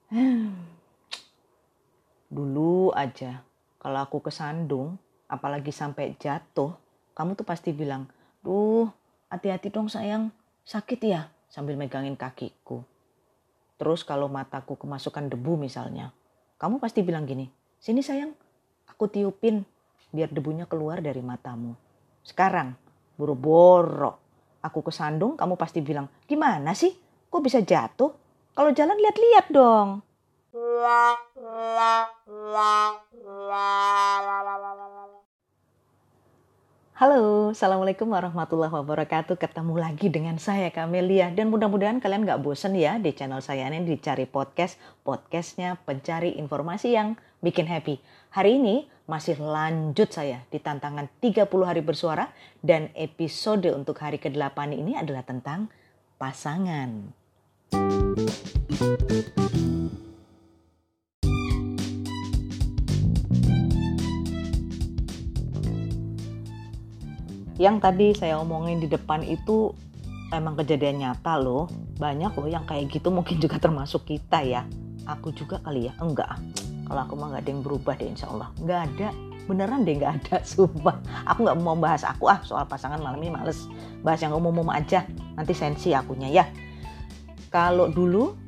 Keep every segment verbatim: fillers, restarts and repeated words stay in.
Dulu aja, kalau aku kesandung, apalagi sampai jatuh, kamu tuh pasti bilang, duh hati-hati dong sayang, sakit ya, sambil megangin kakiku. Terus kalau mataku kemasukan debu misalnya, kamu pasti bilang gini, sini sayang, aku tiupin biar debunya keluar dari matamu. Sekarang, boro-boro, aku kesandung, kamu pasti bilang, gimana sih, kok bisa jatuh? Kalau jalan lihat-lihat dong. Halo, Assalamualaikum warahmatullahi wabarakatuh. Ketemu lagi dengan saya Kamelia. Dan mudah-mudahan kalian gak bosen ya di channel saya ini Dicari Podcast. Podcastnya pencari informasi yang bikin happy. Hari ini masih lanjut saya di tantangan tiga puluh hari bersuara. Dan episode untuk hari kedelapan ini adalah tentang pasangan. Yang tadi saya omongin di depan itu emang kejadian nyata loh. Banyak loh yang kayak gitu, mungkin juga termasuk kita ya. Aku juga kali ya, enggak. Kalau aku mah gak ada yang berubah deh insya Allah. Gak ada, beneran deh gak ada, sumpah. Aku gak mau bahas aku ah soal pasangan malam ini, males. Bahas yang umum-umum aja, nanti sensi akunya ya. Kalau dulu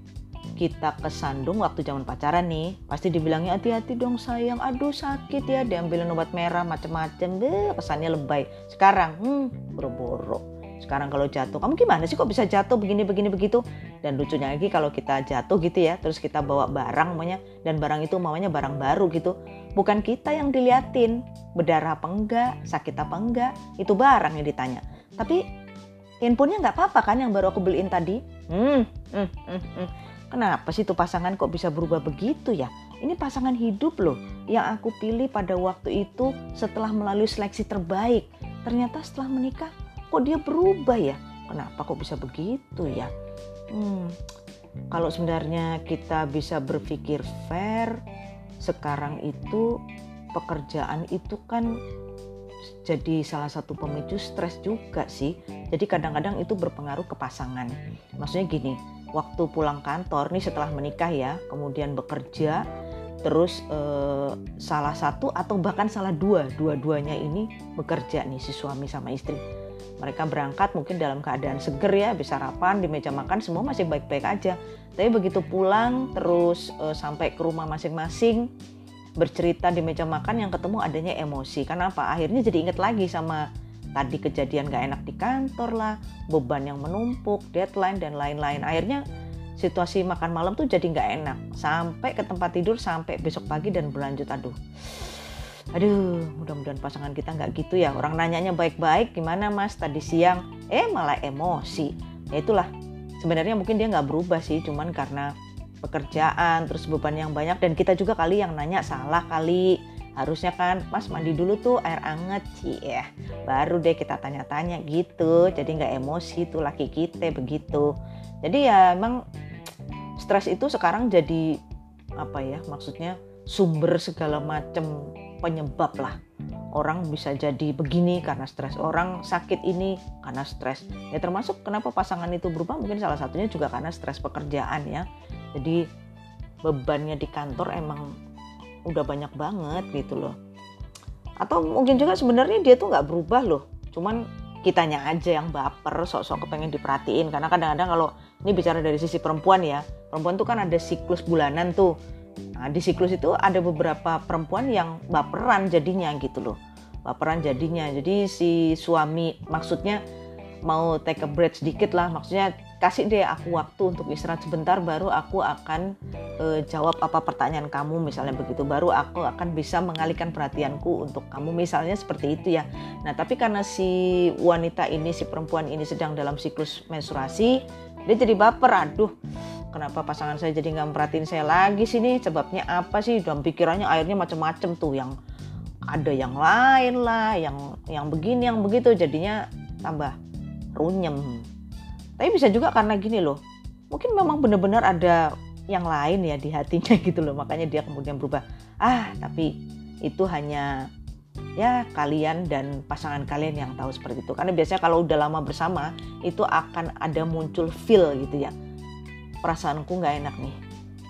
kita kesandung waktu zaman pacaran nih, pasti dibilangnya hati-hati dong sayang, aduh sakit ya, diambilin obat merah macem-macem, deh kesannya lebay. Sekarang, hmm, boro-boro. Sekarang kalau jatuh, kamu gimana sih kok bisa jatuh begini-begini begitu? Dan lucunya lagi kalau kita jatuh gitu ya, terus kita bawa barang namanya, dan barang itu mamanya barang baru gitu. Bukan kita yang diliatin, berdarah apa enggak, sakit apa enggak, itu barang yang ditanya. Tapi handphonenya nggak apa-apa kan yang baru aku beliin tadi? Hmm, hmm, hmm, hmm. Kenapa sih tuh pasangan kok bisa berubah begitu ya? Ini pasangan hidup loh yang aku pilih pada waktu itu setelah melalui seleksi terbaik. Ternyata setelah menikah kok dia berubah ya? Kenapa kok bisa begitu ya? Hmm, kalau sebenarnya kita bisa berpikir fair, sekarang itu pekerjaan itu kan jadi salah satu pemicu stres juga sih. Jadi kadang-kadang itu berpengaruh ke pasangan. Maksudnya gini, waktu pulang kantor nih setelah menikah ya, kemudian bekerja, terus eh, salah satu atau bahkan salah dua, dua-duanya ini bekerja nih si suami sama istri. Mereka berangkat mungkin dalam keadaan seger ya, habis sarapan di meja makan semua masih baik-baik aja. Tapi begitu pulang terus eh, sampai ke rumah masing-masing, bercerita di meja makan yang ketemu adanya emosi. Kenapa? Akhirnya jadi inget lagi sama tadi kejadian gak enak di kantor lah, beban yang menumpuk, deadline dan lain-lain. Akhirnya situasi makan malam tuh jadi gak enak. Sampai ke tempat tidur, sampai besok pagi dan berlanjut. Aduh, aduh mudah-mudahan pasangan kita gak gitu ya. Orang nanyanya baik-baik, gimana mas tadi siang? Eh malah emosi. Ya itulah, sebenarnya mungkin dia gak berubah sih, cuman karena pekerjaan, terus beban yang banyak. Dan kita juga kali yang nanya salah kali. Harusnya kan, mas mandi dulu tuh air anget sih ya. Baru deh kita tanya-tanya gitu. Jadi gak emosi tuh laki kita begitu. Jadi ya emang stres itu sekarang jadi apa ya, maksudnya sumber segala macam penyebab lah. Orang bisa jadi begini karena stres, orang sakit ini karena stres. Ya termasuk kenapa pasangan itu berubah, mungkin salah satunya juga karena stres pekerjaan ya. Jadi bebannya di kantor emang udah banyak banget gitu loh. Atau mungkin juga sebenarnya dia tuh gak berubah loh, cuman kitanya aja yang baper, sok-sok kepengen diperhatiin. Karena kadang-kadang kalau ini bicara dari sisi perempuan ya, perempuan tuh kan ada siklus bulanan tuh. Nah di siklus itu ada beberapa perempuan yang baperan jadinya gitu loh. Baperan jadinya, jadi si suami maksudnya mau take a break sedikit lah, maksudnya kasih deh aku waktu untuk istirahat sebentar, baru aku akan e, jawab apa pertanyaan kamu misalnya begitu, baru aku akan bisa mengalihkan perhatianku untuk kamu misalnya seperti itu ya. Nah tapi karena si wanita ini, si perempuan ini sedang dalam siklus menstruasi, dia jadi baper, aduh kenapa pasangan saya jadi gak merhatiin saya lagi sini, sebabnya apa sih, dalam pikirannya akhirnya macam-macam tuh, yang ada yang lain lah, yang yang begini yang begitu, jadinya tambah runyem. Tapi bisa juga karena gini loh, mungkin memang benar-benar ada yang lain ya di hatinya gitu loh, makanya dia kemudian berubah. Ah tapi itu hanya ya kalian dan pasangan kalian yang tahu seperti itu. Karena biasanya kalau udah lama bersama itu akan ada muncul feel gitu ya, perasaanku gak enak nih,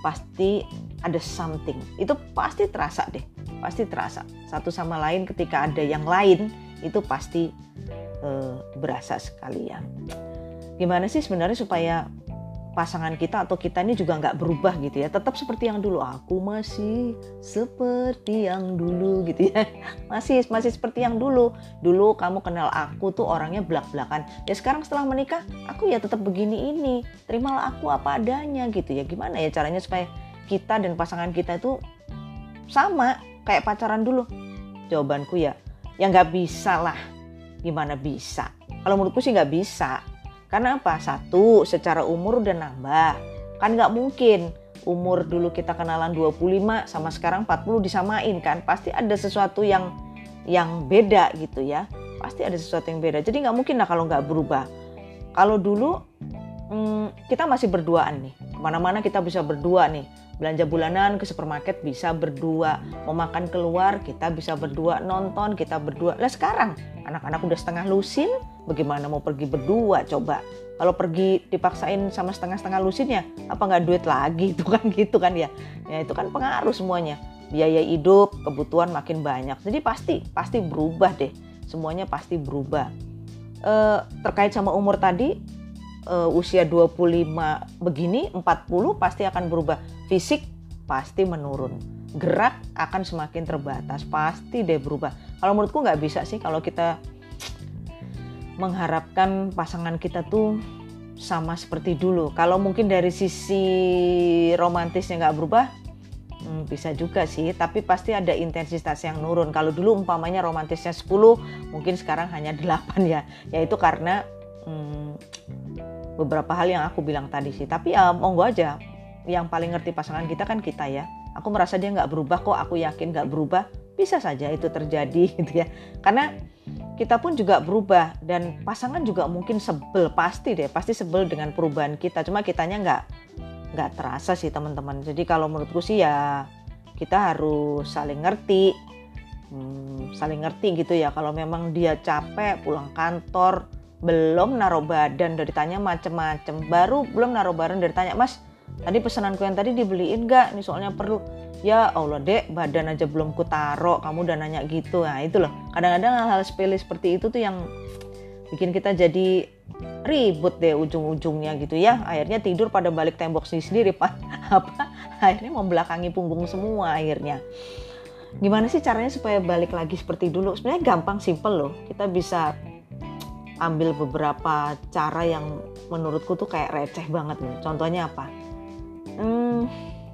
pasti ada something. Itu pasti terasa deh, pasti terasa. Satu sama lain ketika ada yang lain, itu pasti uh, berasa sekali ya. Gimana sih sebenarnya supaya pasangan kita atau kita ini juga nggak berubah gitu ya, tetap seperti yang dulu, aku masih seperti yang dulu gitu ya, masih masih seperti yang dulu. Dulu kamu kenal aku tuh orangnya belak-belakan, ya sekarang setelah menikah aku ya tetap begini ini, terimalah aku apa adanya gitu ya. Gimana ya caranya supaya kita dan pasangan kita itu sama kayak pacaran dulu? Jawabanku ya, ya nggak bisa lah. Gimana bisa? Kalau menurutku sih nggak bisa. Karena apa? Satu, secara umur udah nambah. Kan nggak mungkin umur dulu kita kenalan dua puluh lima sama sekarang empat puluh disamain kan. Pasti ada sesuatu yang yang beda gitu ya. Pasti ada sesuatu yang beda. Jadi nggak mungkin lah kalau nggak berubah. Kalau dulu hmm, kita masih berduaan nih. Kemana-mana kita bisa berdua nih. Belanja bulanan ke supermarket bisa berdua. Mau makan keluar kita bisa berdua. Nonton kita berdua. Lah sekarang anak-anak udah setengah lusin. Bagaimana mau pergi berdua coba? Kalau pergi dipaksain sama setengah-setengah lusinnya, apa nggak duit lagi? Itu kan gitu kan ya. Ya itu kan pengaruh semuanya. Biaya hidup, kebutuhan makin banyak. Jadi pasti, pasti berubah deh. Semuanya pasti berubah. E, terkait sama umur tadi, e, usia dua puluh lima begini, empat puluh pasti akan berubah. Fisik pasti menurun. Gerak akan semakin terbatas. Pasti deh berubah. Kalau menurutku nggak bisa sih kalau kita mengharapkan pasangan kita tuh sama seperti dulu. Kalau mungkin dari sisi romantisnya nggak berubah, hmm, bisa juga sih. Tapi pasti ada intensitas yang nurun. Kalau dulu umpamanya romantisnya sepuluh, mungkin sekarang hanya delapan ya. Yaitu karena hmm, beberapa hal yang aku bilang tadi sih. Tapi ya monggo aja. Yang paling ngerti pasangan kita kan kita ya. Aku merasa dia nggak berubah kok. Aku yakin nggak berubah. Bisa saja itu terjadi gitu ya. Karena kita pun juga berubah dan pasangan juga mungkin sebel, pasti deh, pasti sebel dengan perubahan kita. Cuma kitanya nggak nggak terasa sih teman-teman. Jadi kalau menurutku sih ya kita harus saling ngerti, hmm, saling ngerti gitu ya. Kalau memang dia capek pulang kantor, belum naruh badan udah ditanya macem-macem, baru belum naruh badan udah ditanya, Mas tadi pesananku yang tadi dibeliin nggak? Ini soalnya perlu. Ya Allah dek, badan aja belum ku taruh, kamu udah nanya gitu. Nah itu loh, kadang-kadang hal-hal sepele seperti itu tuh yang bikin kita jadi ribut deh ujung-ujungnya gitu ya. Akhirnya tidur pada balik tembok sendiri-sendiri, Pak. Apa? Akhirnya membelakangi punggung semua akhirnya. Gimana sih caranya supaya balik lagi seperti dulu? Sebenarnya gampang, simple loh. Kita bisa ambil beberapa cara yang menurutku tuh kayak receh banget nih. Contohnya apa? Hmm...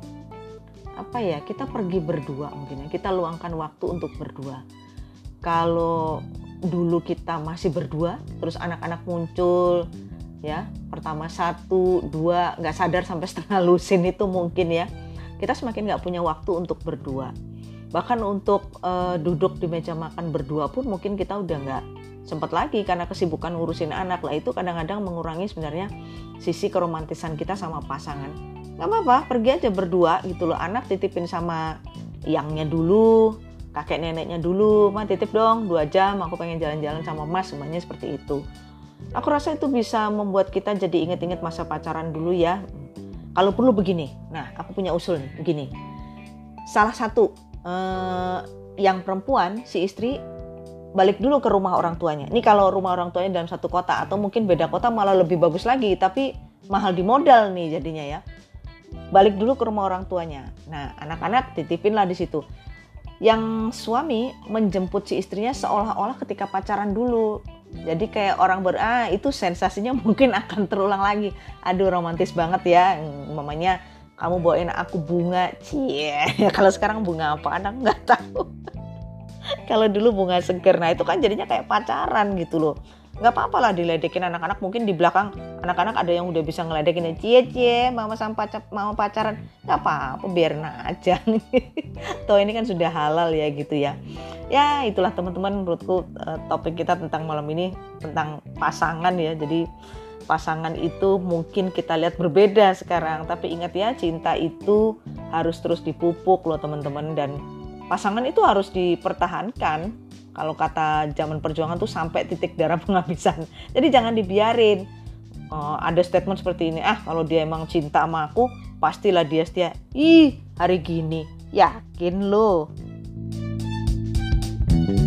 apa ya, kita pergi berdua mungkin ya, kita luangkan waktu untuk berdua. Kalau dulu kita masih berdua, terus anak-anak muncul ya, pertama satu, dua, nggak sadar sampai setengah lusin itu mungkin ya, kita semakin nggak punya waktu untuk berdua. Bahkan untuk uh, duduk di meja makan berdua pun mungkin kita udah nggak sempat lagi karena kesibukan ngurusin anak lah. Itu kadang-kadang mengurangi sebenarnya sisi keromantisan kita sama pasangan. Gak apa-apa, pergi aja berdua gitu loh. Anak titipin sama yangnya dulu, kakek neneknya dulu, Ma titip dong dua jam, aku pengen jalan-jalan sama Mas, semuanya seperti itu. Aku rasa itu bisa membuat kita jadi inget-inget masa pacaran dulu ya. Kalau perlu begini, nah aku punya usul nih, begini. Salah satu eh, yang perempuan, si istri balik dulu ke rumah orang tuanya. Ini kalau rumah orang tuanya dalam satu kota, atau mungkin beda kota malah lebih bagus lagi, tapi mahal di modal nih jadinya ya. Balik dulu ke rumah orang tuanya. Nah, anak-anak titipinlah di situ. Yang suami menjemput si istrinya seolah-olah ketika pacaran dulu. Jadi kayak orang ber, ah itu sensasinya mungkin akan terulang lagi. Aduh romantis banget ya. Mamanya kamu bawain aku bunga. Cie. Kalau sekarang bunga apa? Anak nggak tahu. Kalau dulu bunga seger. Nah itu kan jadinya kayak pacaran gitu loh. Nggak apa-apa lah diledekin anak-anak, mungkin di belakang anak-anak ada yang udah bisa ngeledekin, cie cie mama sama pacar, mama pacaran, nggak apa-apa biarin aja. Toh ini kan sudah halal ya gitu ya. Ya itulah teman-teman, menurutku topik kita tentang malam ini tentang pasangan ya. Jadi pasangan itu mungkin kita lihat berbeda sekarang, tapi ingat ya, cinta itu harus terus dipupuk loh teman-teman, dan pasangan itu harus dipertahankan. Kalau kata zaman perjuangan tuh sampai titik darah penghabisan. Jadi jangan dibiarin. Uh, ada statement seperti ini, ah kalau dia emang cinta sama aku, pastilah dia setia. Ih, hari gini, yakin lo?